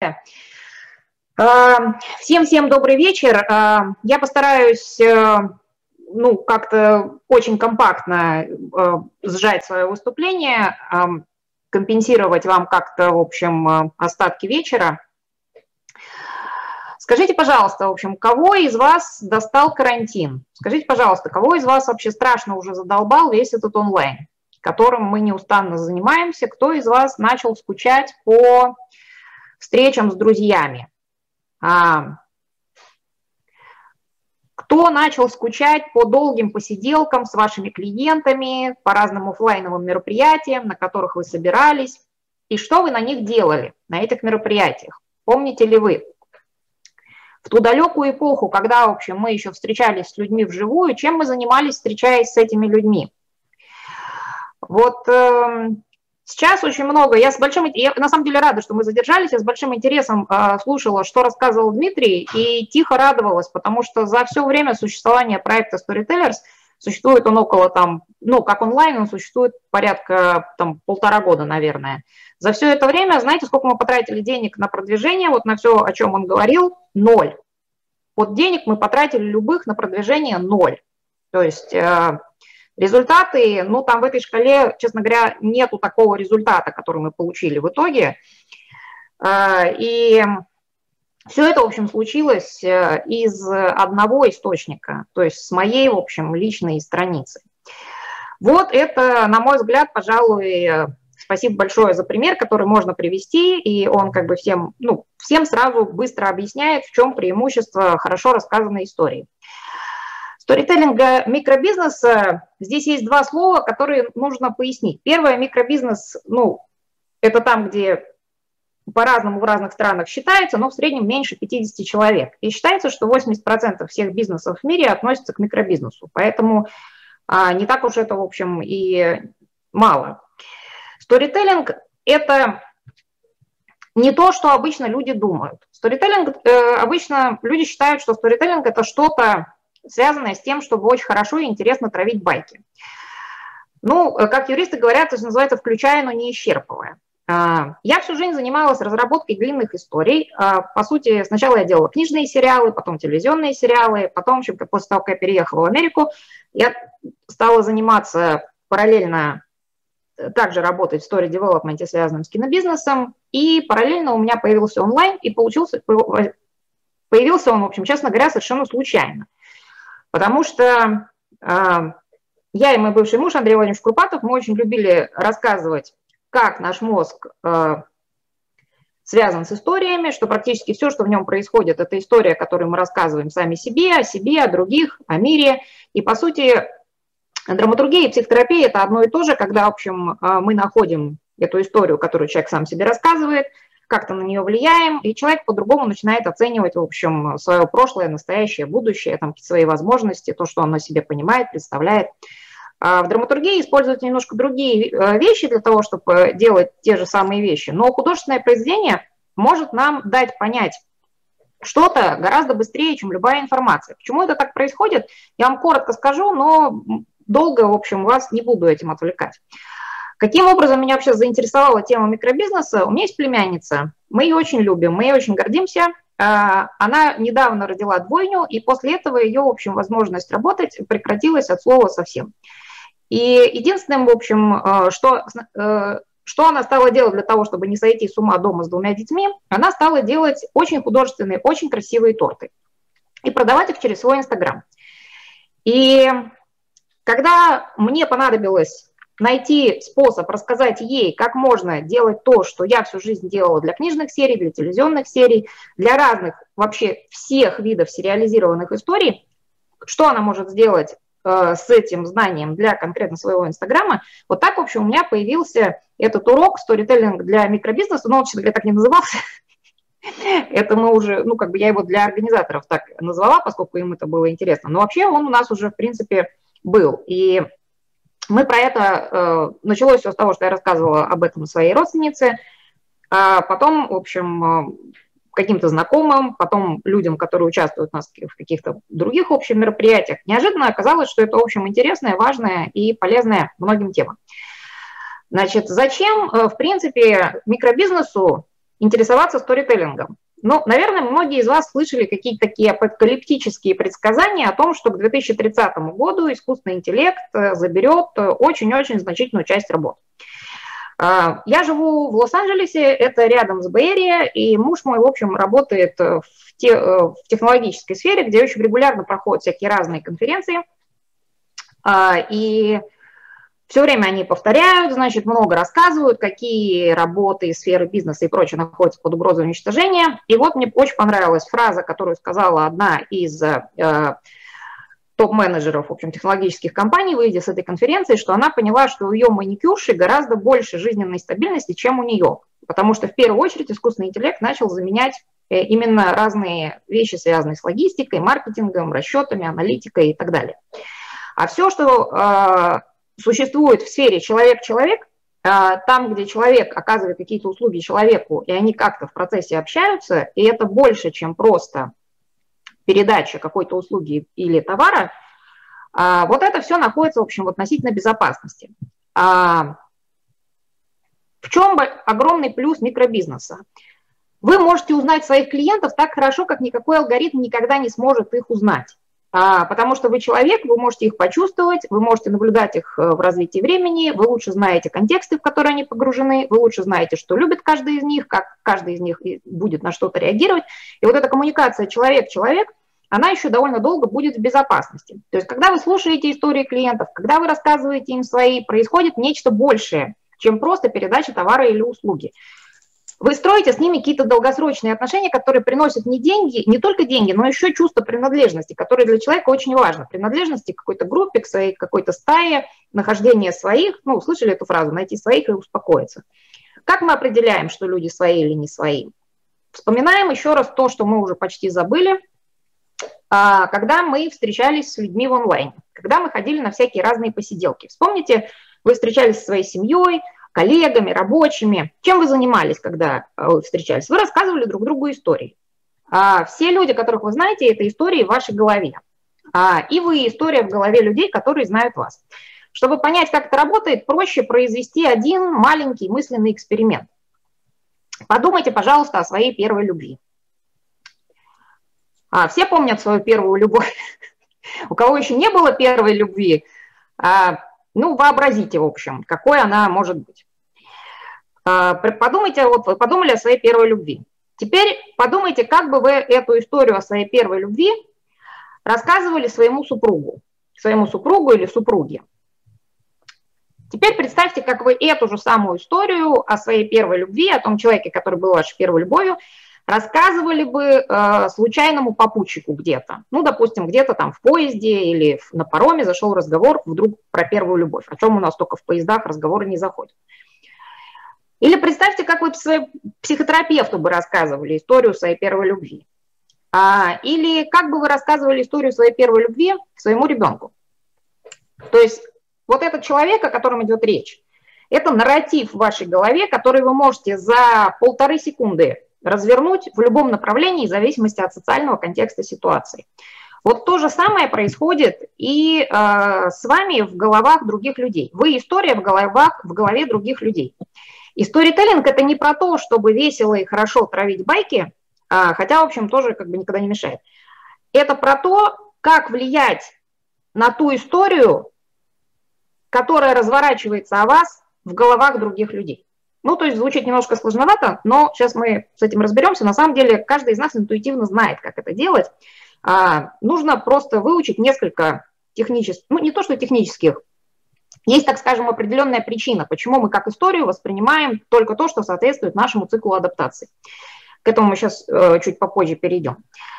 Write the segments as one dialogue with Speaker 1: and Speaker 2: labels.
Speaker 1: Всем добрый вечер. Я постараюсь, как-то очень компактно сжать свое выступление, компенсировать вам как-то, в общем, остатки вечера. Скажите, пожалуйста, в общем, кого из вас достал карантин? Скажите, пожалуйста, кого из вас вообще страшно уже задолбал весь этот онлайн, которым мы неустанно занимаемся? Кто из вас начал скучать по встречам с друзьями? Кто начал скучать по долгим посиделкам с вашими клиентами, по разным офлайновым мероприятиям, на которых вы собирались? И что вы на них делали, на этих мероприятиях? Помните ли вы? В ту далекую эпоху, когда, в общем, мы еще встречались с людьми вживую, чем мы занимались, встречаясь с этими людьми? Вот сейчас очень много, я на самом деле рада, что мы задержались, я с большим интересом слушала, что рассказывал Дмитрий, и тихо радовалась, потому что за все время существования проекта Storytellers, существует он около как онлайн, он существует порядка 1,5 года, наверное. За все это время, знаете, сколько мы потратили денег на продвижение, вот на все, о чем он говорил, 0. Вот денег мы потратили любых на продвижение 0. То есть результаты, там в этой шкале, честно говоря, нету такого результата, который мы получили в итоге. И все это, в общем, случилось из одного источника, то есть с моей, в общем, личной страницы. Вот это, на мой взгляд, пожалуй, спасибо большое за пример, который можно привести, и он как бы всем сразу быстро объясняет, в чем преимущество хорошо рассказанной истории. Сторителлинга микробизнеса, здесь есть два слова, которые нужно пояснить. Первое, микробизнес, это там, где по-разному в разных странах считается, но в среднем меньше 50 человек. И считается, что 80% всех бизнесов в мире относятся к микробизнесу, поэтому не так уж это, в общем, и мало. Сторителлинг – это не то, что обычно люди думают. Обычно люди считают, что сторителлинг – это что-то, связанное с тем, чтобы очень хорошо и интересно травить байки. Как юристы говорят, это называется «включая, но не исчерпывая». Я всю жизнь занималась разработкой длинных историй. По сути, сначала я делала книжные сериалы, потом телевизионные сериалы, потом, в общем, после того, как я переехала в Америку, я стала заниматься параллельно, также работать в story-девелопменте, связанном с кинобизнесом, и параллельно у меня появился онлайн, и появился он, в общем, честно говоря, совершенно случайно. Потому что я и мой бывший муж Андрей Владимирович Курпатов, мы очень любили рассказывать, как наш мозг связан с историями, что практически все, что в нем происходит, это история, которую мы рассказываем сами себе, о других, о мире. И, по сути, драматургия и психотерапия – это одно и то же, когда, в общем, мы находим эту историю, которую человек сам себе рассказывает, как-то на нее влияем, и человек по-другому начинает оценивать, в общем, свое прошлое, настоящее, будущее, свои возможности, то, что он о себе понимает, представляет. В драматургии используются немножко другие вещи для того, чтобы делать те же самые вещи, но художественное произведение может нам дать понять что-то гораздо быстрее, чем любая информация. Почему это так происходит, я вам коротко скажу, но долго, в общем, вас не буду этим отвлекать. Каким образом меня вообще заинтересовала тема микробизнеса? У меня есть племянница, мы ее очень любим, мы ей очень гордимся. Она недавно родила двойню, и после этого ее, в общем, возможность работать прекратилась от слова совсем. И единственным, в общем, что она стала делать для того, чтобы не сойти с ума дома с 2 детьми, она стала делать очень художественные, очень красивые торты и продавать их через свой Инстаграм. И когда мне понадобилось найти способ рассказать ей, как можно делать то, что я всю жизнь делала для книжных серий, для телевизионных серий, для разных вообще всех видов сериализированных историй, что она может сделать с этим знанием для конкретно своего Инстаграма, вот так, в общем, у меня появился этот урок «Сторителлинг для микробизнеса», но он, честно говоря, так не назывался. Это мы уже, я его для организаторов так назвала, поскольку им это было интересно. Но вообще он у нас уже, в принципе, был. И мы про это, началось все с того, что я рассказывала об этом своей родственнице, а потом, в общем, каким-то знакомым, потом людям, которые участвуют у нас в каких-то других общих мероприятиях, неожиданно оказалось, что это, в общем, интересное, важное и полезное многим темам. Значит, зачем, в принципе, микробизнесу интересоваться сторителлингом. Ну, наверное, многие из вас слышали какие-то такие апокалиптические предсказания о том, что к 2030 году искусственный интеллект заберет очень-очень значительную часть работ. Я живу в Лос-Анджелесе, это рядом с Бэй-Эриа, и муж мой, в общем, работает в технологической сфере, где очень регулярно проходят всякие разные конференции, и все время они повторяют, значит, много рассказывают, какие работы, сферы бизнеса и прочее находятся под угрозой уничтожения. И вот мне очень понравилась фраза, которую сказала одна из топ-менеджеров, в общем, технологических компаний, выйдя с этой конференции, что она поняла, что у ее маникюрши гораздо больше жизненной стабильности, чем у нее. Потому что в первую очередь искусственный интеллект начал заменять именно разные вещи, связанные с логистикой, маркетингом, расчетами, аналитикой и так далее. А все, что существует в сфере человек-человек, там, где человек оказывает какие-то услуги человеку, и они как-то в процессе общаются, и это больше, чем просто передача какой-то услуги или товара, вот это все находится, в общем, в относительной безопасности. В чем огромный плюс микробизнеса? Вы можете узнать своих клиентов так хорошо, как никакой алгоритм никогда не сможет их узнать. Потому что вы человек, вы можете их почувствовать, вы можете наблюдать их в развитии времени, вы лучше знаете контексты, в которые они погружены, вы лучше знаете, что любит каждый из них, как каждый из них будет на что-то реагировать. И вот эта коммуникация человек-человек, она еще довольно долго будет в безопасности. То есть когда вы слушаете истории клиентов, когда вы рассказываете им свои, происходит нечто большее, чем просто передача товара или услуги. Вы строите с ними какие-то долгосрочные отношения, которые приносят не деньги, не только деньги, но еще чувство принадлежности, которое для человека очень важно. Принадлежности к какой-то группе, к своей какой-то стае, нахождение своих, ну, слышали эту фразу, найти своих и успокоиться. Как мы определяем, что люди свои или не свои? Вспоминаем еще раз то, что мы уже почти забыли, когда мы встречались с людьми в онлайне, когда мы ходили на всякие разные посиделки. Вспомните, вы встречались со своей семьей, коллегами, рабочими. Чем вы занимались, когда вы встречались? Вы рассказывали друг другу истории. Все люди, которых вы знаете, это истории в вашей голове. И вы история в голове людей, которые знают вас. Чтобы понять, как это работает, проще произвести один маленький мысленный эксперимент. Подумайте, пожалуйста, о своей первой любви. Все помнят свою первую любовь. У кого еще не было первой любви, ну, вообразите, в общем, какой она может быть. Подумайте, вот вы подумали о своей первой любви. Теперь подумайте, как бы вы эту историю о своей первой любви рассказывали своему супругу или супруге. Теперь представьте, как вы эту же самую историю о своей первой любви, о том человеке, который был вашей первой любовью, рассказывали бы случайному попутчику где-то. Ну, допустим, где-то там в поезде или на пароме зашел разговор вдруг про первую любовь, о чем у нас только в поездах разговоры не заходят. Или представьте, как вы своему психотерапевту бы рассказывали историю своей первой любви. Или как бы вы рассказывали историю своей первой любви своему ребенку. То есть вот этот человек, о котором идет речь, это нарратив в вашей голове, который вы можете за 1,5 секунды развернуть в любом направлении в зависимости от социального контекста ситуации. Вот то же самое происходит и с вами в головах других людей. Вы история в голове других людей. И сторителлинг – это не про то, чтобы весело и хорошо травить байки, хотя, в общем, тоже как бы никогда не мешает. Это про то, как влиять на ту историю, которая разворачивается о вас в головах других людей. Ну, то есть звучит немножко сложновато, но сейчас мы с этим разберемся. На самом деле каждый из нас интуитивно знает, как это делать. Нужно просто выучить несколько технических, ну, не то что технических, есть, так скажем, определенная причина, почему мы как историю воспринимаем только то, что соответствует нашему циклу адаптации. К этому мы сейчас чуть попозже перейдем.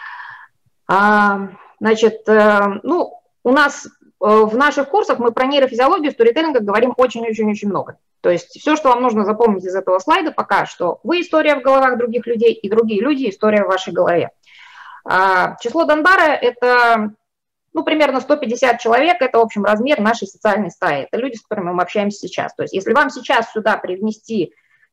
Speaker 1: Значит, ну, у нас в наших курсах мы про нейрофизиологию сторителлинга говорим очень-очень-очень много. То есть все, что вам нужно запомнить из этого слайда пока, что вы история в головах других людей, и другие люди история в вашей голове. Число Данбара – это, ну, примерно 150 человек, это, в общем, размер нашей социальной стаи. Это люди, с которыми мы общаемся сейчас. То есть если вам сейчас сюда привести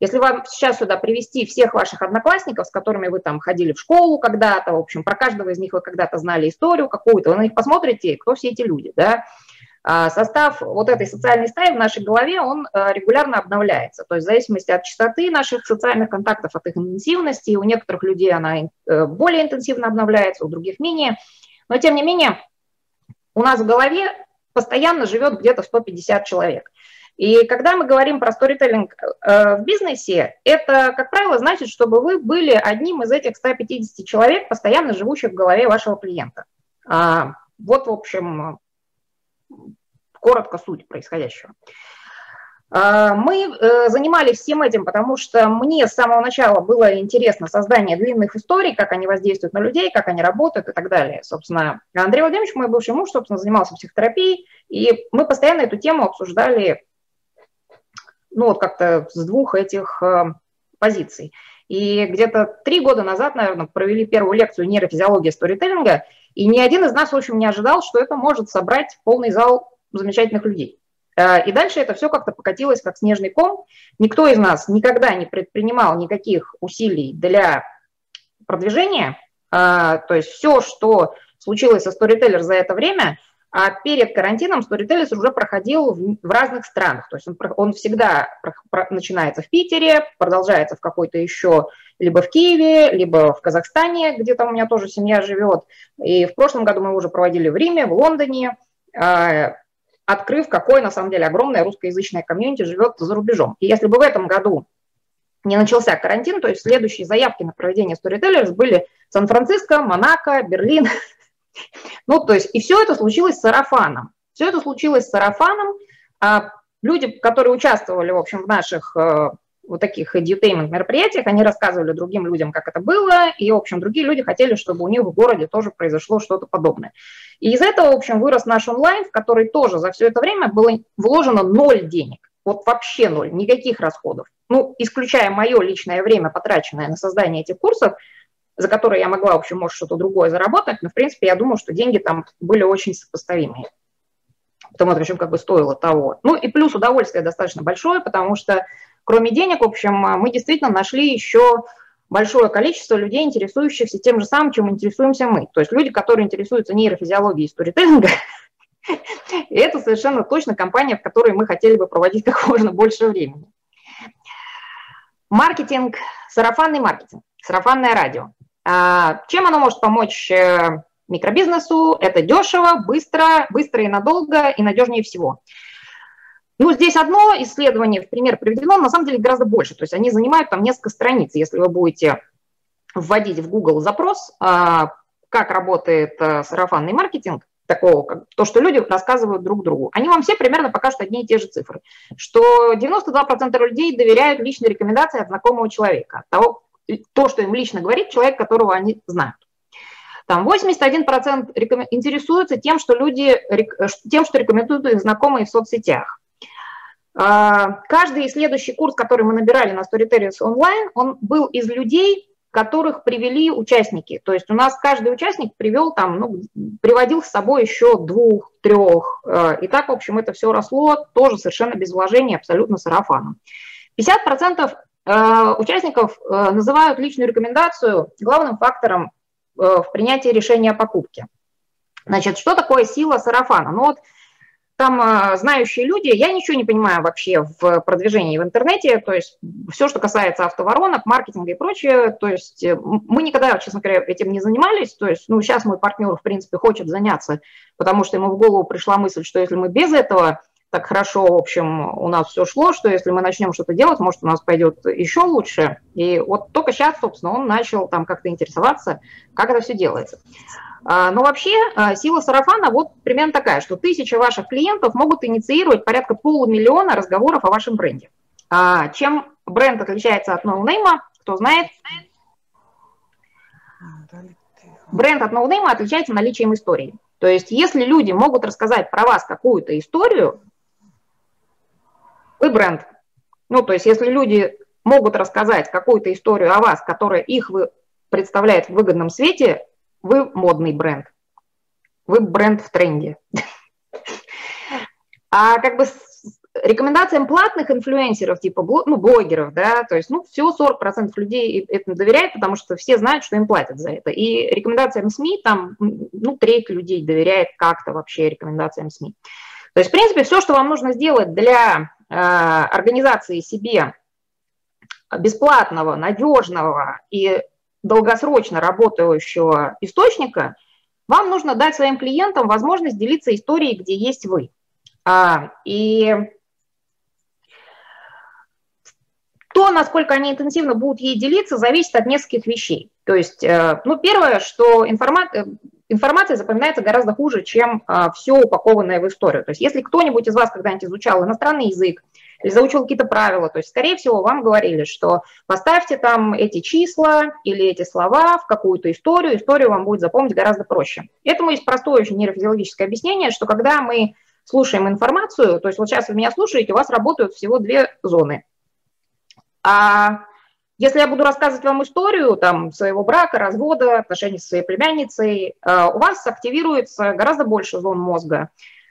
Speaker 1: всех ваших одноклассников, с которыми вы там ходили в школу когда-то, в общем, про каждого из них вы когда-то знали историю какую-то, вы на них посмотрите, кто все эти люди, да, Состав вот этой социальной стаи в нашей голове, он регулярно обновляется. То есть в зависимости от частоты наших социальных контактов, от их интенсивности, у некоторых людей она более интенсивно обновляется, у других менее. Но тем не менее у нас в голове постоянно живет где-то 150 человек. И когда мы говорим про сторителлинг в бизнесе, это, как правило, значит, чтобы вы были одним из этих 150 человек, постоянно живущих в голове вашего клиента. Вот, в общем, коротко суть происходящего. Мы занимались всем этим, потому что мне с самого начала было интересно создание длинных историй, как они воздействуют на людей, как они работают и так далее. Собственно, Андрей Владимирович, мой бывший муж, собственно, занимался психотерапией, и мы постоянно эту тему обсуждали, ну, вот как-то с двух этих позиций. И где-то 3 года назад, наверное, провели первую лекцию «Нейрофизиология сторителлинга», и ни один из нас, в общем, не ожидал, что это может собрать полный зал замечательных людей. И дальше это все как-то покатилось, как снежный ком. Никто из нас никогда не предпринимал никаких усилий для продвижения. То есть все, что случилось со Storyteller за это время, а перед карантином Storyteller уже проходил в разных странах. То есть он всегда начинается в Питере, продолжается в какой-то еще, либо в Киеве, либо в Казахстане, где там у меня тоже семья живет. И в прошлом году мы уже проводили в Риме, в Лондоне, открыв, какое на самом деле огромное русскоязычное комьюнити живет за рубежом. И если бы в этом году не начался карантин, то есть следующие заявки на проведение Storytellers были Сан-Франциско, Монако, Берлин. Ну, то есть, и все это случилось с сарафаном. Все это случилось с сарафаном. Люди, которые участвовали, в общем, в наших вот таких edutainment мероприятиях, они рассказывали другим людям, как это было, и, в общем, другие люди хотели, чтобы у них в городе тоже произошло что-то подобное. И из этого, в общем, вырос наш онлайн, в который тоже за все это время было вложено 0 денег. Вот вообще 0, никаких расходов. Ну, исключая мое личное время, потраченное на создание этих курсов, за которые я могла, в общем, может, что-то другое заработать, но, в принципе, я думаю, что деньги там были очень сопоставимые. Потому что, в общем, как бы стоило того. Ну, и плюс удовольствие достаточно большое, потому что, кроме денег, в общем, мы действительно нашли еще большое количество людей, интересующихся тем же самым, чем интересуемся мы. То есть люди, которые интересуются нейрофизиологией и сторителлинга, и это совершенно точно компания, в которой мы хотели бы проводить как можно больше времени. Маркетинг, сарафанный маркетинг, сарафанное радио. Чем оно может помочь микробизнесу? Это дешево, быстро и надолго, и надежнее всего. Ну, здесь одно исследование, в пример приведено, на самом деле гораздо больше. То есть они занимают там несколько страниц. Если вы будете вводить в Google запрос, как работает сарафанный маркетинг, то, что люди рассказывают друг другу, они вам все примерно покажут одни и те же цифры. Что 92% людей доверяют личной рекомендации от знакомого человека, то, что им лично говорит человек, которого они знают. Там 81% интересуются тем, что рекомендуют их знакомые в соцсетях. Каждый следующий курс, который мы набирали на Storytellers онлайн, он был из людей, которых привели участники. То есть у нас каждый участник приводил с собой еще 2-3. И так, в общем, это все росло тоже совершенно без вложения, абсолютно сарафаном. 50% участников называют личную рекомендацию главным фактором в принятии решения о покупке. Значит, что такое сила сарафана? Ну вот там знающие люди, я ничего не понимаю вообще в продвижении в интернете, то есть все, что касается автоворонок, маркетинга и прочее, то есть мы никогда, честно говоря, этим не занимались, то есть, ну, сейчас мой партнер, в принципе, хочет заняться, потому что ему в голову пришла мысль, что если мы без этого так хорошо, в общем, у нас все шло, что если мы начнем что-то делать, может, у нас пойдет еще лучше. И вот только сейчас, собственно, он начал там как-то интересоваться, как это все делается. Но вообще сила сарафана вот примерно такая, что 1000 ваших клиентов могут инициировать порядка 500 000 разговоров о вашем бренде. Чем бренд отличается от ноунейма, кто знает? Бренд от ноунейма отличается наличием истории. То есть если люди могут рассказать про вас какую-то историю, вы бренд. Ну, то есть если люди могут рассказать какую-то историю о вас, которая их представляет в выгодном свете, вы модный бренд. Вы бренд в тренде. А как бы рекомендациям платных инфлюенсеров, типа блогеров, да, то есть, всего 40% людей этому доверяют, потому что все знают, что им платят за это. И рекомендациям СМИ там, треть людей доверяет как-то вообще рекомендациям СМИ. То есть, в принципе, все, что вам нужно сделать для организации себе бесплатного, надежного и долгосрочно работающего источника, вам нужно дать своим клиентам возможность делиться историей, где есть вы. И то, насколько они интенсивно будут ей делиться, зависит от нескольких вещей. То есть, ну, первое, что информация запоминается гораздо хуже, чем все упакованное в историю. То есть, если кто-нибудь из вас когда-нибудь изучал иностранный язык или заучил какие-то правила, то есть, скорее всего, вам говорили, что поставьте там эти числа или эти слова в какую-то историю вам будет запомнить гораздо проще. Этому есть простое очень нейрофизиологическое объяснение, что когда мы слушаем информацию, то есть вот сейчас вы меня слушаете, у вас работают всего две зоны. А если я буду рассказывать вам историю там, своего брака, развода, отношений со своей племянницей, у вас активируется гораздо больше зон мозга.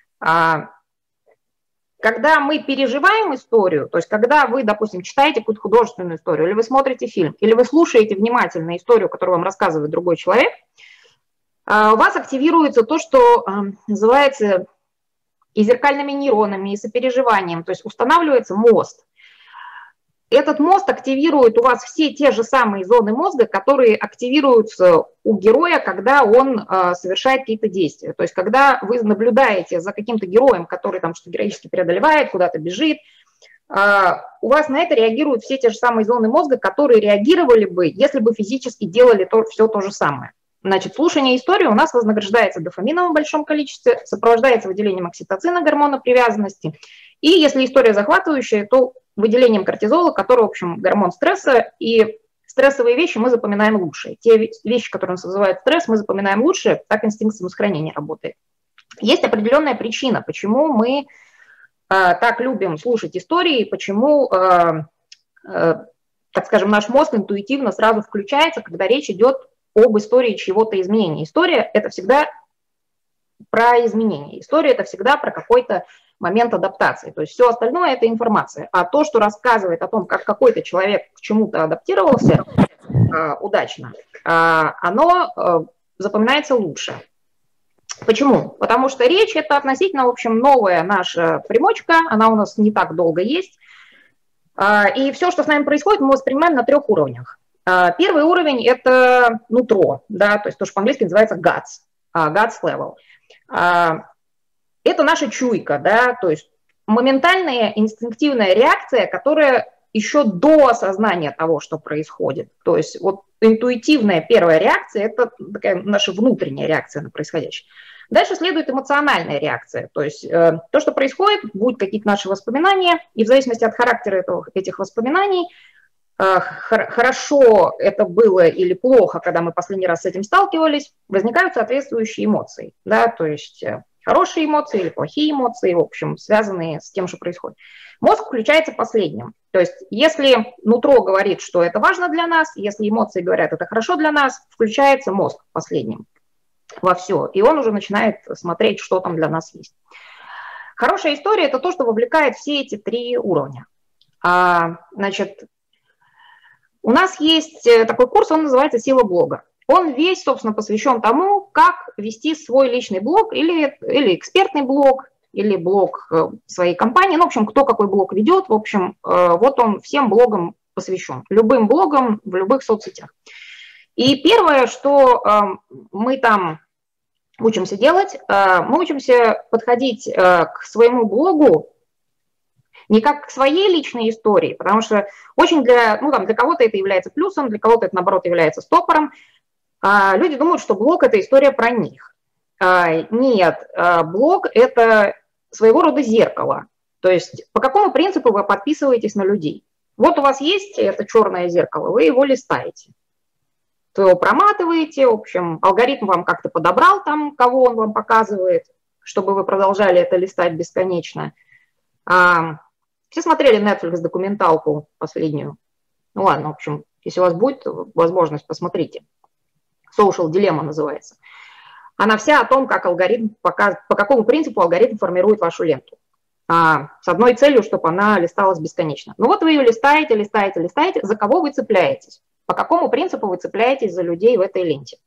Speaker 1: Когда мы переживаем историю, то есть когда вы, допустим, читаете какую-то художественную историю, или вы смотрите фильм, или вы слушаете внимательно историю, которую вам рассказывает другой человек, у вас активируется то, что называется и зеркальными нейронами, и сопереживанием, то есть устанавливается мост. Этот мост активирует у вас все те же самые зоны мозга, которые активируются у героя, когда он совершает какие-то действия. То есть когда вы наблюдаете за каким-то героем, который там что-то героически преодолевает, куда-то бежит, у вас на это реагируют все те же самые зоны мозга, которые реагировали бы, если бы физически делали все то же самое. Значит, слушание истории у нас вознаграждается дофамином в большом количестве, сопровождается выделением окситоцина, гормона привязанности. И если история захватывающая, то выделением кортизола, который, в общем, гормон стресса, и стрессовые вещи мы запоминаем лучше. Те вещи, которые нас вызывают стресс, мы запоминаем лучше, так инстинкт самосохранения работает. Есть определенная причина, почему мы так любим слушать истории, почему, так скажем, наш мозг интуитивно сразу включается, когда речь идет об истории чего-то изменения. История – это всегда про изменение. История – это всегда про какой-то момент адаптации. То есть все остальное – это информация. А то, что рассказывает о том, как какой-то человек к чему-то адаптировался удачно, оно запоминается лучше. Почему? Потому что речь – это относительно, в общем, новая наша примочка, она у нас не так долго есть. И все, что с нами происходит, мы воспринимаем на 3 уровнях. Первый уровень – это нутро, да, то есть то, что по-английски называется guts level. Это наша чуйка, да, то есть моментальная инстинктивная реакция, которая еще до осознания того, что происходит. То есть вот интуитивная первая реакция – это такая наша внутренняя реакция на происходящее. Дальше следует эмоциональная реакция, то есть то, что происходит, будут какие-то наши воспоминания, и в зависимости от характера этих воспоминаний, хорошо это было или плохо, когда мы последний раз с этим сталкивались, возникают соответствующие эмоции, да, то есть хорошие эмоции или плохие эмоции, в общем, связанные с тем, что происходит. Мозг включается последним. То есть если нутро говорит, что это важно для нас, если эмоции говорят, это хорошо для нас, включается мозг последним во все. И он уже начинает смотреть, что там для нас есть. Хорошая история – это то, что вовлекает все эти 3 уровня. Значит, у нас есть такой курс, он называется «Сила блога». Он весь, собственно, посвящен тому, как вести свой личный блог или экспертный блог, или блог своей компании. Ну, в общем, кто какой блог ведет, в общем, вот он всем блогам посвящен. Любым блогам в любых соцсетях. И первое, что мы там учимся делать, мы учимся подходить к своему блогу не как к своей личной истории, потому что очень для кого-то это является плюсом, для кого-то это, наоборот, является стопором. Люди думают, что блог – это история про них. Нет, блог – это своего рода зеркало. То есть по какому принципу вы подписываетесь на людей? Вот у вас есть это черное зеркало, вы его листаете. Вы его проматываете, в общем, алгоритм вам как-то подобрал там, кого он вам показывает, чтобы вы продолжали это листать бесконечно. Все смотрели Netflix документалку последнюю? Ну ладно, в общем, если у вас будет возможность, посмотрите. Social Dilemma называется. Она вся о том, как алгоритм по какому принципу алгоритм формирует вашу ленту. С одной целью, чтобы она листалась бесконечно. Ну вот вы ее листаете, за кого вы цепляетесь? По какому принципу вы цепляетесь за людей в этой ленте?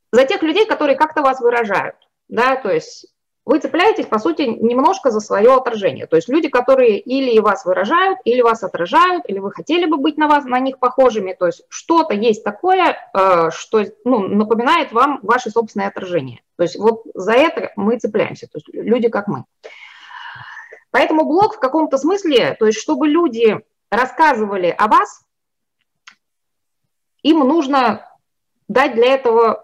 Speaker 1: за тех людей, которые как-то вас выражают, да, то есть вы цепляетесь, по сути, немножко за свое отражение. То есть люди, которые или вас выражают, или вас отражают, или вы хотели бы быть на них похожими. То есть что-то есть такое, что напоминает вам ваше собственное отражение. То есть вот за это мы цепляемся, то есть люди как мы. Поэтому блог в каком-то смысле, то есть чтобы люди рассказывали о вас, им нужно дать для этого...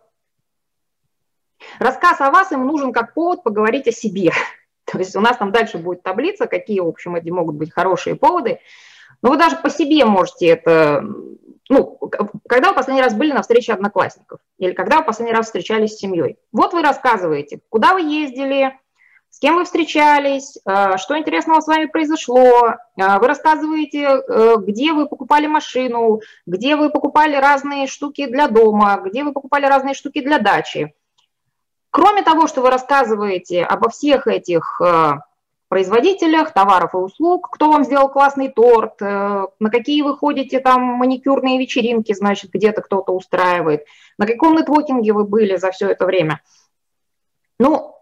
Speaker 1: Рассказ о вас им нужен как повод поговорить о себе. То есть у нас там дальше будет таблица, какие, в общем, эти могут быть хорошие поводы. Но вы даже по себе можете это... Ну, когда вы последний раз были на встрече одноклассников? Или когда вы последний раз встречались с семьей? Вот вы рассказываете, куда вы ездили, с кем вы встречались, что интересного с вами произошло. Вы рассказываете, где вы покупали машину, где вы покупали разные штуки для дома, где вы покупали разные штуки для дачи. Кроме того, что вы рассказываете обо всех этих производителях товаров и услуг, кто вам сделал классный торт, на какие вы ходите там маникюрные вечеринки, значит, где-то кто-то устраивает, на каком нетворкинге вы были за все это время. Ну,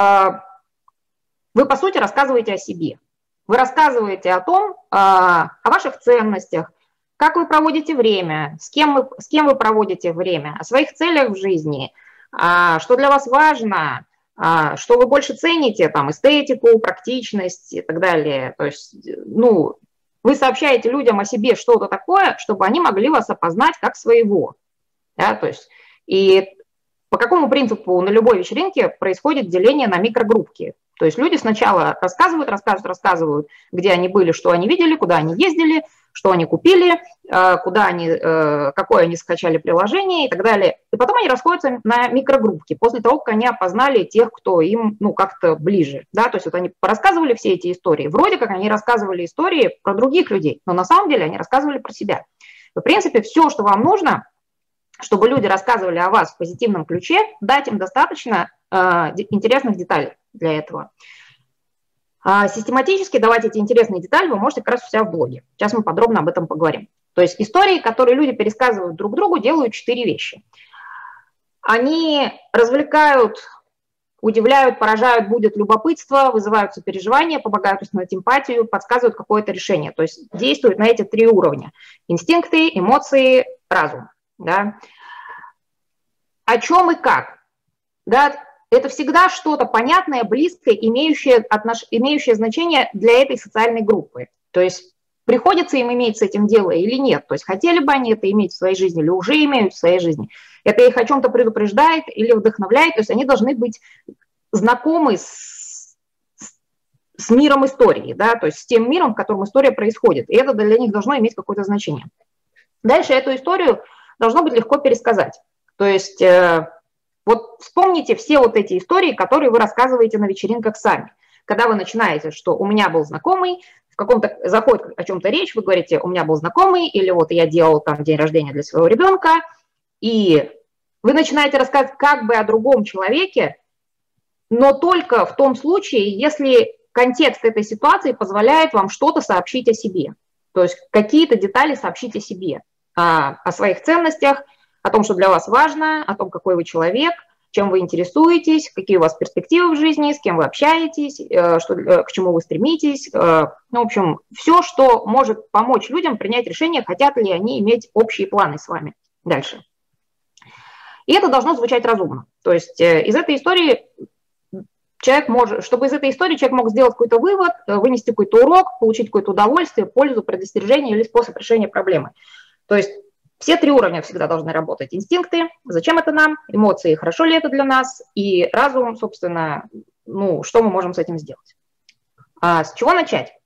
Speaker 1: вы, по сути, рассказываете о себе. Вы рассказываете о том, о ваших ценностях, как вы проводите время, с кем вы проводите время, о своих целях в жизни, что для вас важно, что вы больше цените, там, эстетику, практичность и так далее. То есть, ну, вы сообщаете людям о себе что-то такое, чтобы они могли вас опознать как своего. Да? То есть, и по какому принципу на любой вечеринке происходит деление на микрогруппки? То есть люди сначала рассказывают, где они были, что они видели, куда они ездили, что они купили, какое они скачали приложение и так далее. И потом они расходятся на микрогруппки после того, как они опознали тех, кто им как-то ближе. Да? То есть вот они рассказывали все эти истории. Вроде как они рассказывали истории про других людей, но на самом деле они рассказывали про себя. В принципе, все, что вам нужно, чтобы люди рассказывали о вас в позитивном ключе, дать им достаточно интересных деталей для этого. Систематически давать эти интересные детали вы можете как раз у себя в блоге. Сейчас мы подробно об этом поговорим. То есть истории, которые люди пересказывают друг другу, делают 4 вещи. Они развлекают, удивляют, поражают, будут любопытство, вызывают сопереживание, помогают установить эмпатию, подсказывают какое-то решение. То есть действуют на эти 3 уровня. Инстинкты, эмоции, разум. Да? О чем и как? Да? Это всегда что-то понятное, близкое, имеющее значение для этой социальной группы. То есть приходится им иметь с этим дело или нет. То есть хотели бы они это иметь в своей жизни или уже имеют в своей жизни. Это их о чем-то предупреждает или вдохновляет. То есть они должны быть знакомы с миром истории, да? То есть с тем миром, в котором история происходит. И это для них должно иметь какое-то значение. Дальше эту историю должно быть легко пересказать. То есть... Вот вспомните все вот эти истории, которые вы рассказываете на вечеринках сами. Когда вы начинаете, что у меня был знакомый, в каком-то заходит о чем-то речь, вы говорите, у меня был знакомый, или вот я делал там день рождения для своего ребенка, и вы начинаете рассказывать как бы о другом человеке, но только в том случае, если контекст этой ситуации позволяет вам что-то сообщить о себе. То есть какие-то детали сообщить о себе, о своих ценностях, о том, что для вас важно, о том, какой вы человек, чем вы интересуетесь, какие у вас перспективы в жизни, с кем вы общаетесь, к чему вы стремитесь. Ну, в общем, все, что может помочь людям принять решение, хотят ли они иметь общие планы с вами дальше. И это должно звучать разумно. То есть из этой истории чтобы из этой истории человек мог сделать какой-то вывод, вынести какой-то урок, получить какое-то удовольствие, пользу, предостережение или способ решения проблемы. То есть все 3 уровня всегда должны работать. Инстинкты, зачем это нам, эмоции, хорошо ли это для нас, и разум, собственно, что мы можем с этим сделать. С чего начать?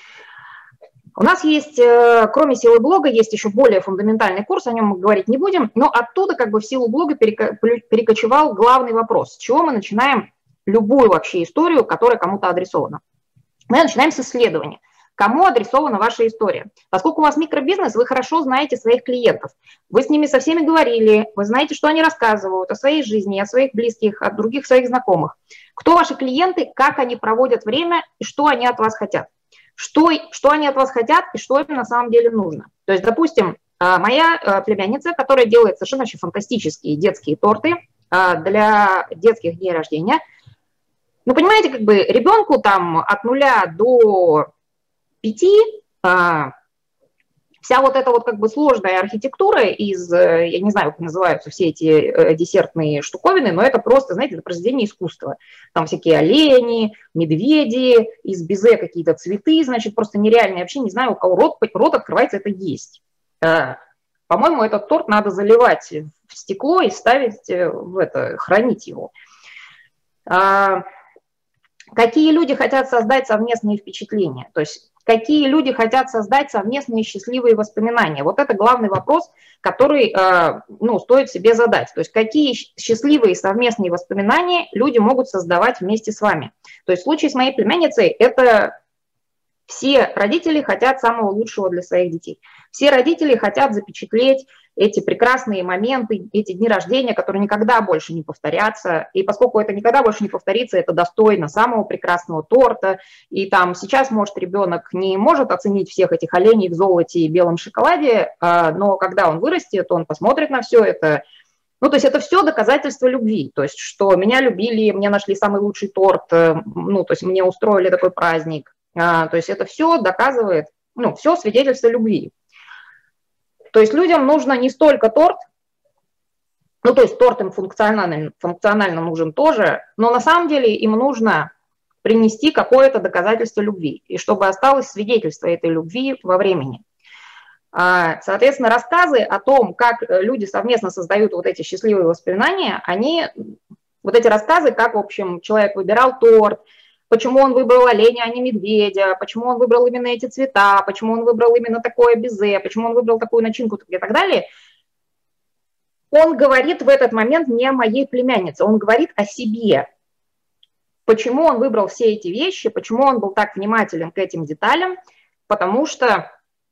Speaker 1: У нас есть, кроме силы блога, есть еще более фундаментальный курс, о нем мы говорить не будем, но оттуда как бы в силу блога перекочевал главный вопрос. С чего мы начинаем любую вообще историю, которая кому-то адресована? Мы начинаем с исследования. Кому адресована ваша история? Поскольку у вас микробизнес, вы хорошо знаете своих клиентов. Вы с ними со всеми говорили, вы знаете, что они рассказывают о своей жизни, о своих близких, о других своих знакомых. Кто ваши клиенты, как они проводят время и что они от вас хотят. Что они от вас хотят и что им на самом деле нужно. То есть, допустим, моя племянница, которая делает совершенно фантастические детские торты, для детских дней рождения. Ну, понимаете, как бы ребенку там от 0 до 5 вся вот эта вот как бы сложная архитектура из, я не знаю, как называются все эти десертные штуковины, но это просто, знаете, это произведение искусства. Там всякие олени, медведи, из безе какие-то цветы, значит, просто нереально. Я вообще не знаю, у кого рот открывается это есть. По-моему, этот торт надо заливать в стекло и ставить в это, хранить его. Какие люди хотят создать совместные впечатления? То есть какие люди хотят создать совместные счастливые воспоминания? Вот это главный вопрос, который стоит себе задать. То есть какие счастливые совместные воспоминания люди могут создавать вместе с вами? То есть в случае с моей племянницей это все родители хотят самого лучшего для своих детей. Все родители хотят запечатлеть эти прекрасные моменты, эти дни рождения, которые никогда больше не повторятся. И поскольку это никогда больше не повторится, это достойно самого прекрасного торта. И там сейчас, может, ребенок не может оценить всех этих оленей в золоте и белом шоколаде, но когда он вырастет, он посмотрит на все это. Ну, то есть это все доказательство любви. То есть что меня любили, мне нашли самый лучший торт, ну, то есть мне устроили такой праздник. То есть это все доказывает, ну, все свидетельство любви. То есть людям нужно не столько торт, ну, то есть торт им функционально нужен тоже, но на самом деле им нужно принести какое-то доказательство любви, и чтобы осталось свидетельство этой любви во времени. Соответственно, рассказы о том, как люди совместно создают вот эти счастливые воспоминания, вот эти рассказы, как, в общем, человек выбирал торт, почему он выбрал оленя, а не медведя, почему он выбрал именно эти цвета, почему он выбрал именно такое безе, почему он выбрал такую начинку и так далее, он говорит в этот момент не о моей племяннице, он говорит о себе. Почему он выбрал все эти вещи, почему он был так внимателен к этим деталям, потому что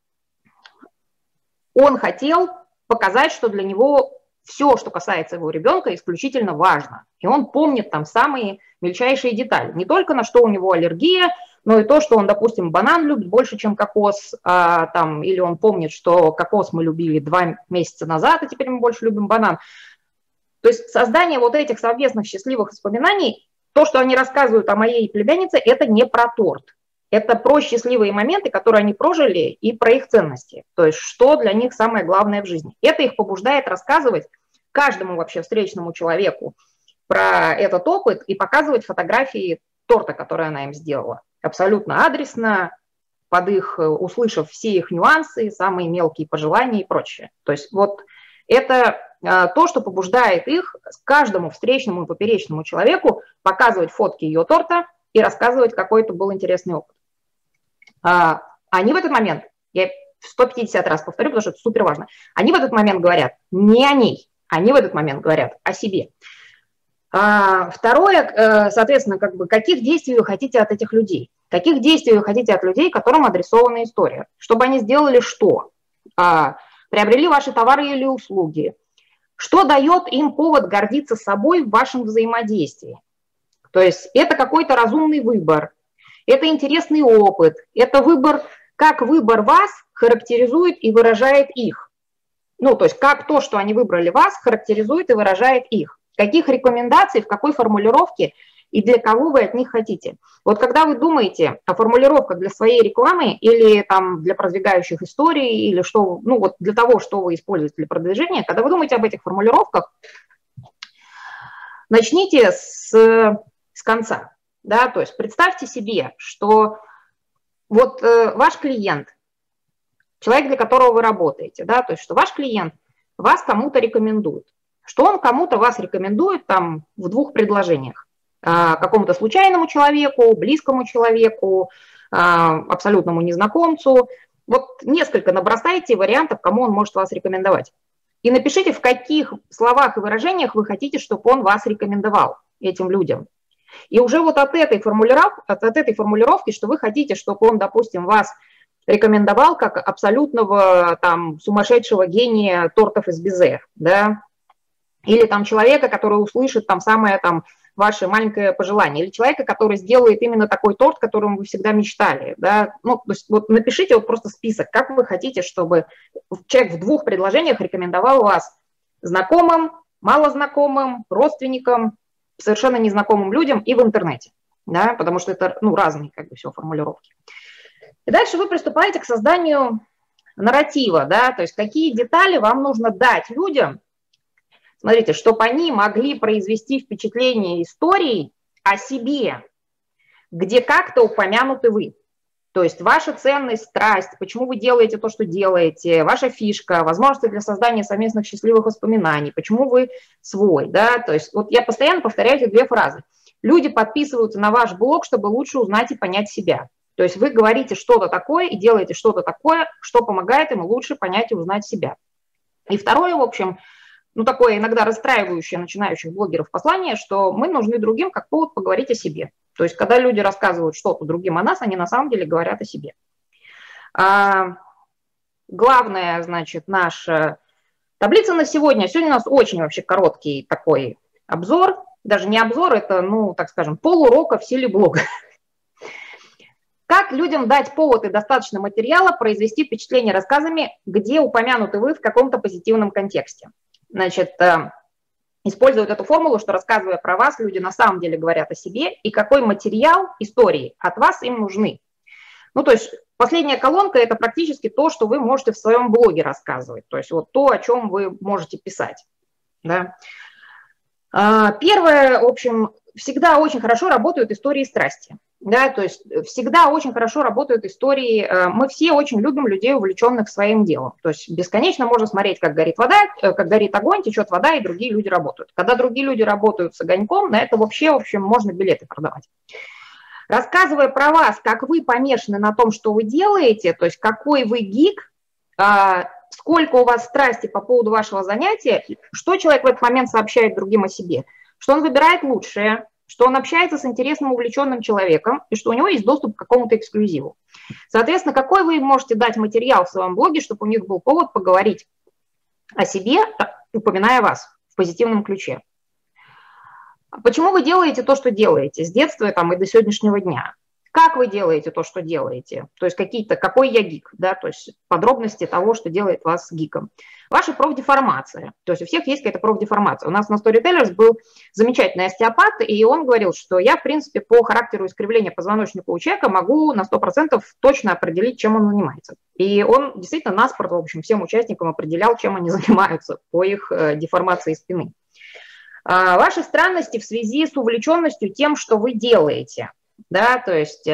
Speaker 1: он хотел показать, что для него все, что касается его ребенка, исключительно важно. И он помнит там самые мельчайшие детали. Не только на что у него аллергия, но и то, что он, допустим, банан любит больше, чем кокос, или он помнит, что кокос мы любили 2 месяца назад, а теперь мы больше любим банан. То есть создание вот этих совместных счастливых воспоминаний, то, что они рассказывают о моей племяннице, это не про торт. Это про счастливые моменты, которые они прожили, и про их ценности. То есть что для них самое главное в жизни. Это их побуждает рассказывать каждому вообще встречному человеку про этот опыт и показывать фотографии торта, который она им сделала. Абсолютно адресно, услышав все их нюансы, самые мелкие пожелания и прочее. То есть вот это то, что побуждает их каждому встречному и поперечному человеку показывать фотки ее торта и рассказывать, какой это был интересный опыт. Они в этот момент, я 150 раз повторю, потому что это супер важно, они в этот момент говорят не о ней, они в этот момент говорят о себе. Второе, соответственно, каких действий вы хотите от этих людей? Каких действий вы хотите от людей, которым адресована история? Чтобы они сделали что? Приобрели ваши товары или услуги? Что дает им повод гордиться собой в вашем взаимодействии? То есть это какой-то разумный выбор, это интересный опыт, это выбор, как выбор вас характеризует и выражает их. Ну, то есть как то, что они выбрали вас, характеризует и выражает их. Каких рекомендаций, в какой формулировке и для кого вы от них хотите. Вот когда вы думаете о формулировках для своей рекламы или там для продвигающих историй, или что, ну вот для того, что вы используете для продвижения, когда вы думаете об этих формулировках, начните с конца. Да, то есть представьте себе, что вот ваш клиент, человек, для которого вы работаете, да, то есть что ваш клиент вас кому-то рекомендует, что он кому-то вас рекомендует там в 2 предложениях. Какому-то случайному человеку, близкому человеку, абсолютному незнакомцу. Вот несколько набросайте вариантов, кому он может вас рекомендовать. И напишите, в каких словах и выражениях вы хотите, чтобы он вас рекомендовал этим людям. И уже вот от этой формулировки, что вы хотите, чтобы он, допустим, вас рекомендовал как абсолютного там сумасшедшего гения тортов из безе, да, или там человека, который услышит там самое там ваше маленькое пожелание, или человека, который сделает именно такой торт, которым вы всегда мечтали, да, ну, то есть вот напишите вот просто список, как вы хотите, чтобы человек в 2 предложениях рекомендовал вас знакомым, малознакомым, родственникам, совершенно незнакомым людям и в интернете, да, потому что это, ну, разные, как бы, все формулировки. И дальше вы приступаете к созданию нарратива, да, то есть какие детали вам нужно дать людям, смотрите, чтобы они могли произвести впечатление истории о себе, где как-то упомянуты вы. То есть ваша ценность, страсть, почему вы делаете то, что делаете, ваша фишка, возможности для создания совместных счастливых воспоминаний, почему вы свой, да, то есть вот я постоянно повторяю эти две фразы. Люди подписываются на ваш блог, чтобы лучше узнать и понять себя. То есть вы говорите что-то такое и делаете что-то такое, что помогает им лучше понять и узнать себя. И второе, в общем, ну такое иногда расстраивающее начинающих блогеров послание, что мы нужны другим как повод поговорить о себе. То есть, когда люди рассказывают что-то другим о нас, они на самом деле говорят о себе. Главная, значит, наша таблица на сегодня. Сегодня у нас очень вообще короткий такой обзор. Даже не обзор, это, ну, так скажем, полурока в силе блога. Как людям дать повод и достаточно материала произвести впечатление рассказами, где упомянуты вы в каком-то позитивном контексте. Значит, используют эту формулу, что, рассказывая про вас, люди на самом деле говорят о себе, и какой материал, истории от вас им нужны. Ну, то есть последняя колонка – это практически то, что вы можете в своем блоге рассказывать, то есть вот то, о чем вы можете писать. Да. Первое, в общем, всегда очень хорошо работают истории страсти. Да, то есть всегда очень хорошо работают истории. Мы все очень любим людей, увлеченных своим делом. То есть бесконечно можно смотреть, как горит вода, как горит огонь, течет вода, и другие люди работают. Когда другие люди работают с огоньком, на это вообще, в общем, можно билеты продавать. Рассказывая про вас, как вы помешаны на том, что вы делаете, то есть какой вы гик, сколько у вас страсти по поводу вашего занятия, что человек в этот момент сообщает другим о себе, что он выбирает лучшее, что он общается с интересным, увлеченным человеком, и что у него есть доступ к какому-то эксклюзиву. Соответственно, какой вы можете дать материал в своем блоге, чтобы у них был повод поговорить о себе, упоминая вас в позитивном ключе. Почему вы делаете то, что делаете, с детства там, и до сегодняшнего дня? Как вы делаете то, что делаете? То есть какие-то, какой я гик, да, то есть подробности того, что делает вас гиком. Ваша профдеформация, то есть у всех есть какая-то профдеформация. У нас на Storytellers был замечательный остеопат, и он говорил, что я, в принципе, по характеру искривления позвоночника у человека могу на 100% точно определить, чем он занимается. И он действительно наспорт, в общем, всем участникам определял, чем они занимаются по их деформации спины. Ваши странности в связи с увлеченностью тем, что вы делаете. Да, то есть,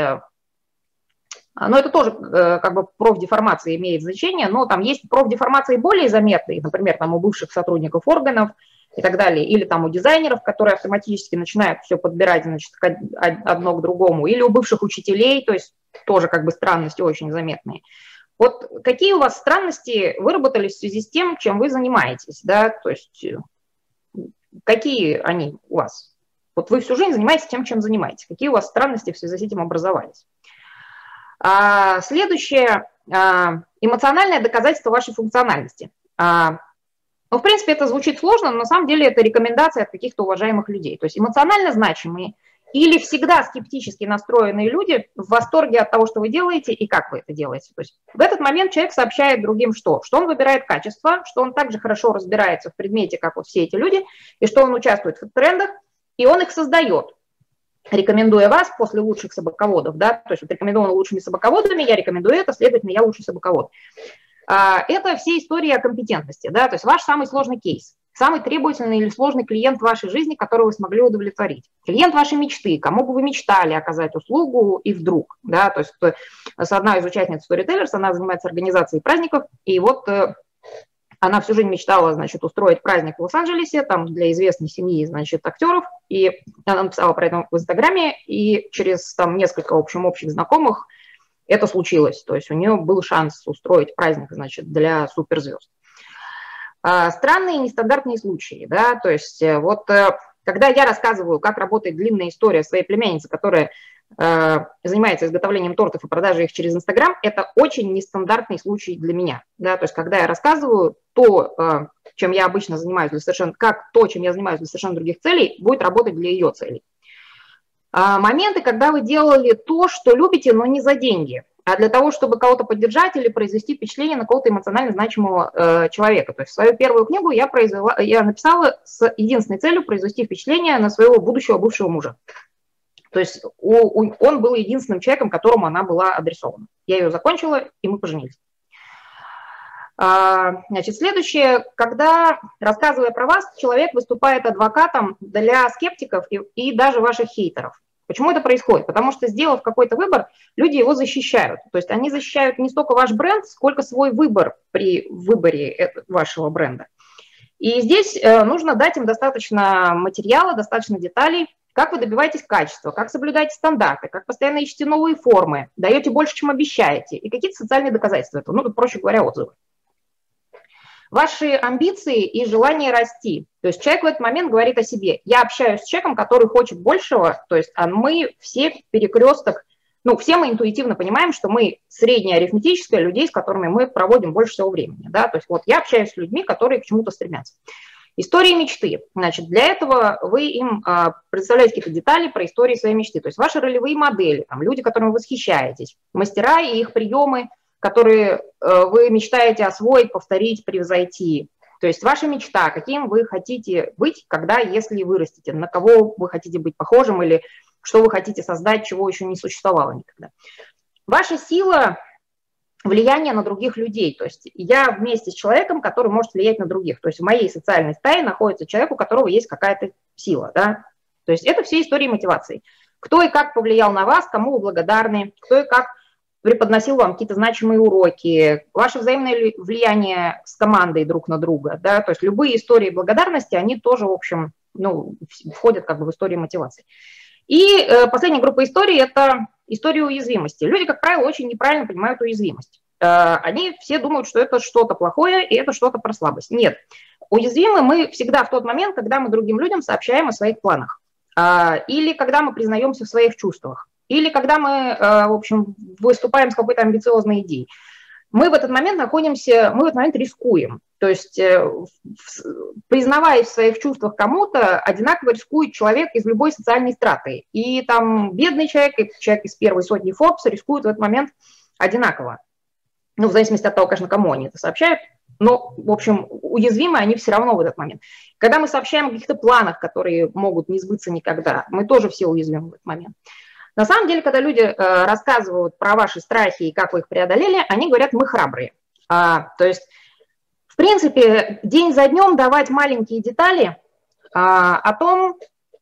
Speaker 1: ну, это тоже как бы профдеформация имеет значение, но там есть профдеформации более заметные, например, там у бывших сотрудников органов и так далее, или там у дизайнеров, которые автоматически начинают все подбирать, значит, одно к другому, или у бывших учителей, то есть тоже как бы странности очень заметные. Вот какие у вас странности выработались в связи с тем, чем вы занимаетесь, да, то есть какие они у вас? Вот вы всю жизнь занимаетесь тем, чем занимаетесь. Какие у вас странности в связи с этим образовались? Следующее – эмоциональное доказательство вашей функциональности. Ну, в принципе, это звучит сложно, но на самом деле это рекомендация от каких-то уважаемых людей. То есть эмоционально значимые или всегда скептически настроенные люди в восторге от того, что вы делаете и как вы это делаете. То есть в этот момент человек сообщает другим что? Что он выбирает качество, что он также хорошо разбирается в предмете, как вот все эти люди, и что он участвует в трендах, и он их создает, рекомендуя вас после лучших собаководов. Да? То есть вот рекомендовано лучшими собаководами, я рекомендую это, следовательно, я лучший собаковод. Это все истории о компетентности. Да? То есть ваш самый сложный кейс, самый требовательный или сложный клиент в вашей жизни, которого вы смогли удовлетворить. Клиент вашей мечты, кому бы вы мечтали оказать услугу и вдруг. Да? То есть одна из участниц Storytellers, она занимается организацией праздников, и вот она всю жизнь мечтала, значит, устроить праздник в Лос-Анджелесе, там, для известной семьи, значит, актеров, и она написала про это в Инстаграме, и через, там, несколько, в общем, общих знакомых это случилось, то есть у нее был шанс устроить праздник, значит, для суперзвезд. Странные и нестандартные случаи, да, то есть вот когда я рассказываю, как работает длинная история своей племянницы, которая занимается изготовлением тортов и продажей их через Инстаграм, это очень нестандартный случай для меня. Да? То есть, когда я рассказываю то, чем я обычно занимаюсь, чем я занимаюсь для совершенно других целей, будет работать для ее целей. Моменты, когда вы делали то, что любите, но не за деньги. а для того, чтобы кого-то поддержать или произвести впечатление на кого-то эмоционально значимого человека. То есть свою первую книгу я написала с единственной целью произвести впечатление на своего будущего бывшего мужа. То есть он был единственным человеком, которому она была адресована. Я ее закончила, и мы поженились. Значит, следующее, когда, рассказывая про вас, человек выступает адвокатом для скептиков и даже ваших хейтеров. Почему это происходит? Потому что, сделав какой-то выбор, люди его защищают. То есть они защищают не столько ваш бренд, сколько свой выбор при выборе вашего бренда. И здесь нужно дать им достаточно материала, достаточно деталей, как вы добиваетесь качества, как соблюдаете стандарты, как постоянно ищете новые формы, даете больше, чем обещаете, и какие-то социальные доказательства этого, ну, проще говоря, отзывы. Ваши амбиции и желание расти. То есть человек в этот момент говорит о себе. Я общаюсь с человеком, который хочет большего, то есть мы все перекресток, ну, все мы интуитивно понимаем, что мы средняя арифметическая людей, с которыми мы проводим больше всего времени. Да? То есть вот я общаюсь с людьми, которые к чему-то стремятся. Истории мечты. Значит, для этого вы им представляете какие-то детали про истории своей мечты. То есть ваши ролевые модели, там, люди, которыми вы восхищаетесь, мастера и их приемы, которые вы мечтаете освоить, повторить, превзойти. То есть ваша мечта, каким вы хотите быть, когда, если вырастете, на кого вы хотите быть похожим или что вы хотите создать, чего еще не существовало никогда. Ваша сила влияния на других людей. То есть я вместе с человеком, который может влиять на других. То есть в моей социальной стае находится человек, у которого есть какая-то сила. Да? То есть это все истории мотивации. Кто и как повлиял на вас, кому вы благодарны, кто и как преподносил вам какие-то значимые уроки, ваше взаимное влияние с командой друг на друга, да, то есть любые истории благодарности, они тоже, в общем, ну, входят как бы в истории мотивации. И последняя группа историй – это истории уязвимости. Люди, как правило, очень неправильно понимают уязвимость. Они все думают, что это что-то плохое и это что-то про слабость. Нет, уязвимы мы всегда в тот момент, когда мы другим людям сообщаем о своих планах, или когда мы признаемся в своих чувствах, или когда мы, в общем, выступаем с какой-то амбициозной идеей. Мы в этот момент находимся, мы в этот момент рискуем. То есть, признаваясь в своих чувствах кому-то, одинаково рискует человек из любой социальной страты. И там бедный человек, и человек из первой сотни Forbes рискуют в этот момент одинаково. Ну, в зависимости от того, конечно, кому они это сообщают. Но, в общем, уязвимы они все равно в этот момент. Когда мы сообщаем о каких-то планах, которые могут не сбыться никогда, мы тоже все уязвимы в этот момент. На самом деле, когда люди рассказывают про ваши страхи и как вы их преодолели, они говорят, мы храбрые. То есть, в принципе, день за днем давать маленькие детали о том,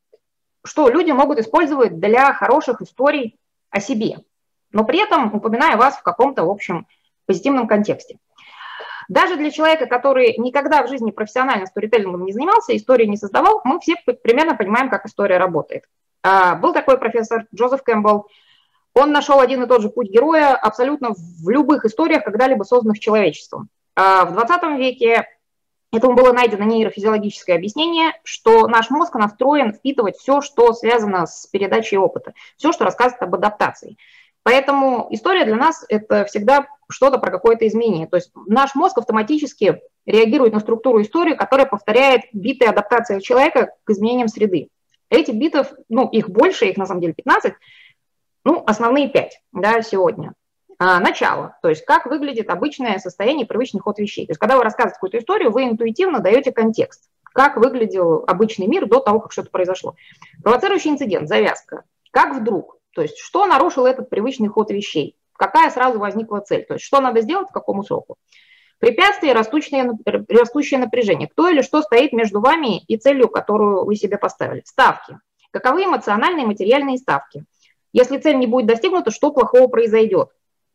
Speaker 1: что люди могут использовать для хороших историй о себе, но при этом упоминая вас в каком-то, в общем, позитивном контексте. Даже для человека, который никогда в жизни профессионально сторителлингом не занимался, истории не создавал, мы все примерно понимаем, как история работает. Был такой профессор Джозеф Кэмпбелл. Он нашел один и тот же путь героя абсолютно в любых историях, когда-либо созданных человечеством. В 20 веке этому было найдено нейрофизиологическое объяснение, что наш мозг настроен впитывать все, что связано с передачей опыта, все, что рассказывает об адаптации. Поэтому история для нас – это всегда что-то про какое-то изменение. То есть наш мозг автоматически реагирует на структуру истории, которая повторяет биты адаптации человека к изменениям среды. Этих битов, ну, их больше, их на самом деле 15, ну, основные 5, да, сегодня. Начало, то есть как выглядит обычное состояние, привычный ход вещей. То есть когда вы рассказываете какую-то историю, вы интуитивно даете контекст, как выглядел обычный мир до того, как что-то произошло. Провоцирующий инцидент, завязка, как вдруг, то есть что нарушил этот привычный ход вещей, какая сразу возникла цель, то есть что надо сделать, к какому сроку. Препятствия, растущее напряжение. Кто или что стоит между вами и целью, которую вы себе поставили. Ставки. Каковы эмоциональные и материальные ставки? Если цель не будет достигнута, что плохого произойдет?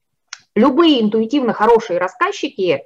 Speaker 1: Любые интуитивно хорошие рассказчики,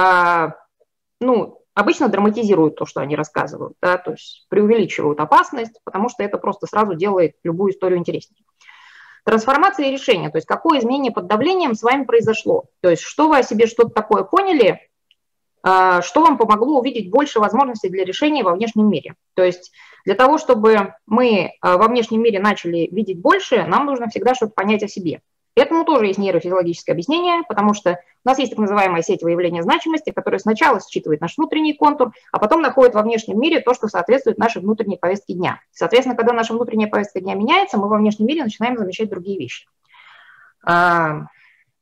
Speaker 1: ну, обычно драматизируют то, что они рассказывают, да, то есть преувеличивают опасность, потому что это просто сразу делает любую историю интереснее. Трансформация и решение, то есть какое изменение под давлением с вами произошло, то есть что вы о себе что-то такое поняли, что вам помогло увидеть больше возможностей для решения во внешнем мире. То есть для того, чтобы мы во внешнем мире начали видеть больше, нам нужно всегда что-то понять о себе. Этому тоже есть нейрофизиологическое объяснение, потому что у нас есть так называемая сеть выявления значимости, которая сначала считывает наш внутренний контур, а потом находит во внешнем мире то, что соответствует нашей внутренней повестке дня. Соответственно, когда наша внутренняя повестка дня меняется, мы во внешнем мире начинаем замечать другие вещи.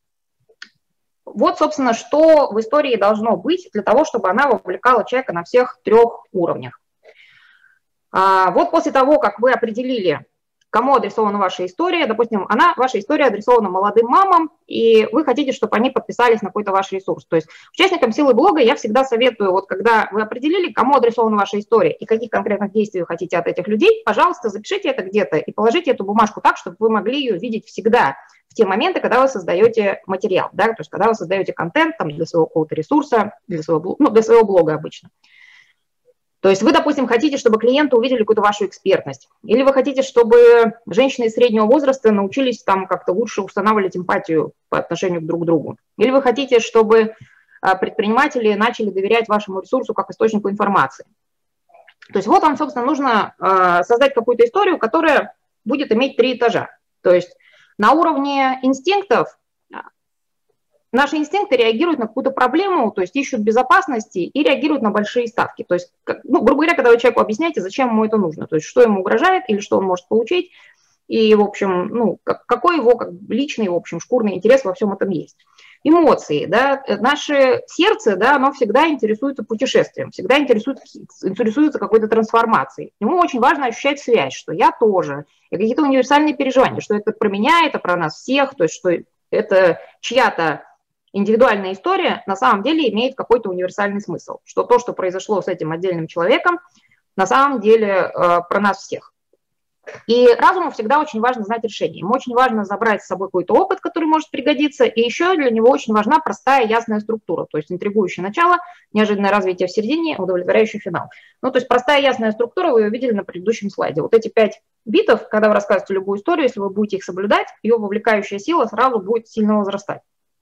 Speaker 1: Вот, собственно, что в истории должно быть для того, чтобы она вовлекала человека на всех 3 уровнях. Вот после того, как вы определили, кому адресована ваша история, допустим, ваша история адресована молодым мамам, и вы хотите, чтобы они подписались на какой-то ваш ресурс. То есть участникам силы блога я всегда советую, вот когда вы определили, кому адресована ваша история и каких конкретных действий вы хотите от этих людей, пожалуйста, запишите это где-то и положите эту бумажку так, чтобы вы могли ее видеть всегда в те моменты, когда вы создаете материал, да, то есть когда вы создаете контент там, для своего какого-то ресурса, для своего блога обычно. То есть вы, допустим, хотите, чтобы клиенты увидели какую-то вашу экспертность, или вы хотите, чтобы женщины среднего возраста научились там как-то лучше устанавливать эмпатию по отношению друг к другу, или вы хотите, чтобы предприниматели начали доверять вашему ресурсу как источнику информации. То есть вот вам, собственно, нужно создать какую-то историю, которая будет иметь 3 этажа. То есть на уровне инстинктов наши инстинкты реагируют на какую-то проблему, то есть ищут безопасности и реагируют на большие ставки. То есть, грубо говоря, когда вы человеку объясняете, зачем ему это нужно, то есть что ему угрожает или что он может получить, и, в общем, какой его личный, в общем, шкурный интерес во всем этом есть. Эмоции, да, наше сердце, да, оно всегда интересуется путешествием, всегда интересуется какой-то трансформацией. Ему очень важно ощущать связь, что я тоже, и какие-то универсальные переживания, что это про меня, это про нас всех, то есть что это чья-то индивидуальная история на самом деле имеет какой-то универсальный смысл, что то, что произошло с этим отдельным человеком, на самом деле про нас всех. И разуму всегда очень важно знать решение. Ему очень важно забрать с собой какой-то опыт, который может пригодиться, и еще для него очень важна простая ясная структура, то есть интригующее начало, неожиданное развитие в середине, удовлетворяющий финал. То есть простая ясная структура, вы ее видели на предыдущем слайде. Вот эти 5 битов, когда вы рассказываете любую историю, если вы будете их соблюдать, ее вовлекающая сила сразу будет сильно возрастать.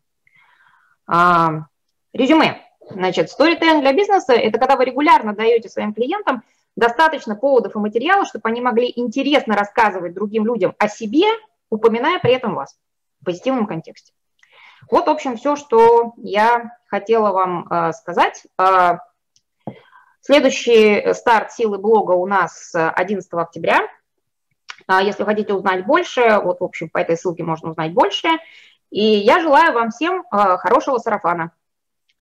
Speaker 1: Резюме. Значит, сторителлинг для бизнеса – это когда вы регулярно даете своим клиентам достаточно поводов и материалов, чтобы они могли интересно рассказывать другим людям о себе, упоминая при этом вас в позитивном контексте. Вот, в общем, все, что я хотела вам сказать. Следующий старт силы блога у нас 11 октября. Если хотите узнать больше, вот, в общем, по этой ссылке можно узнать больше. И я желаю вам всем хорошего сарафана.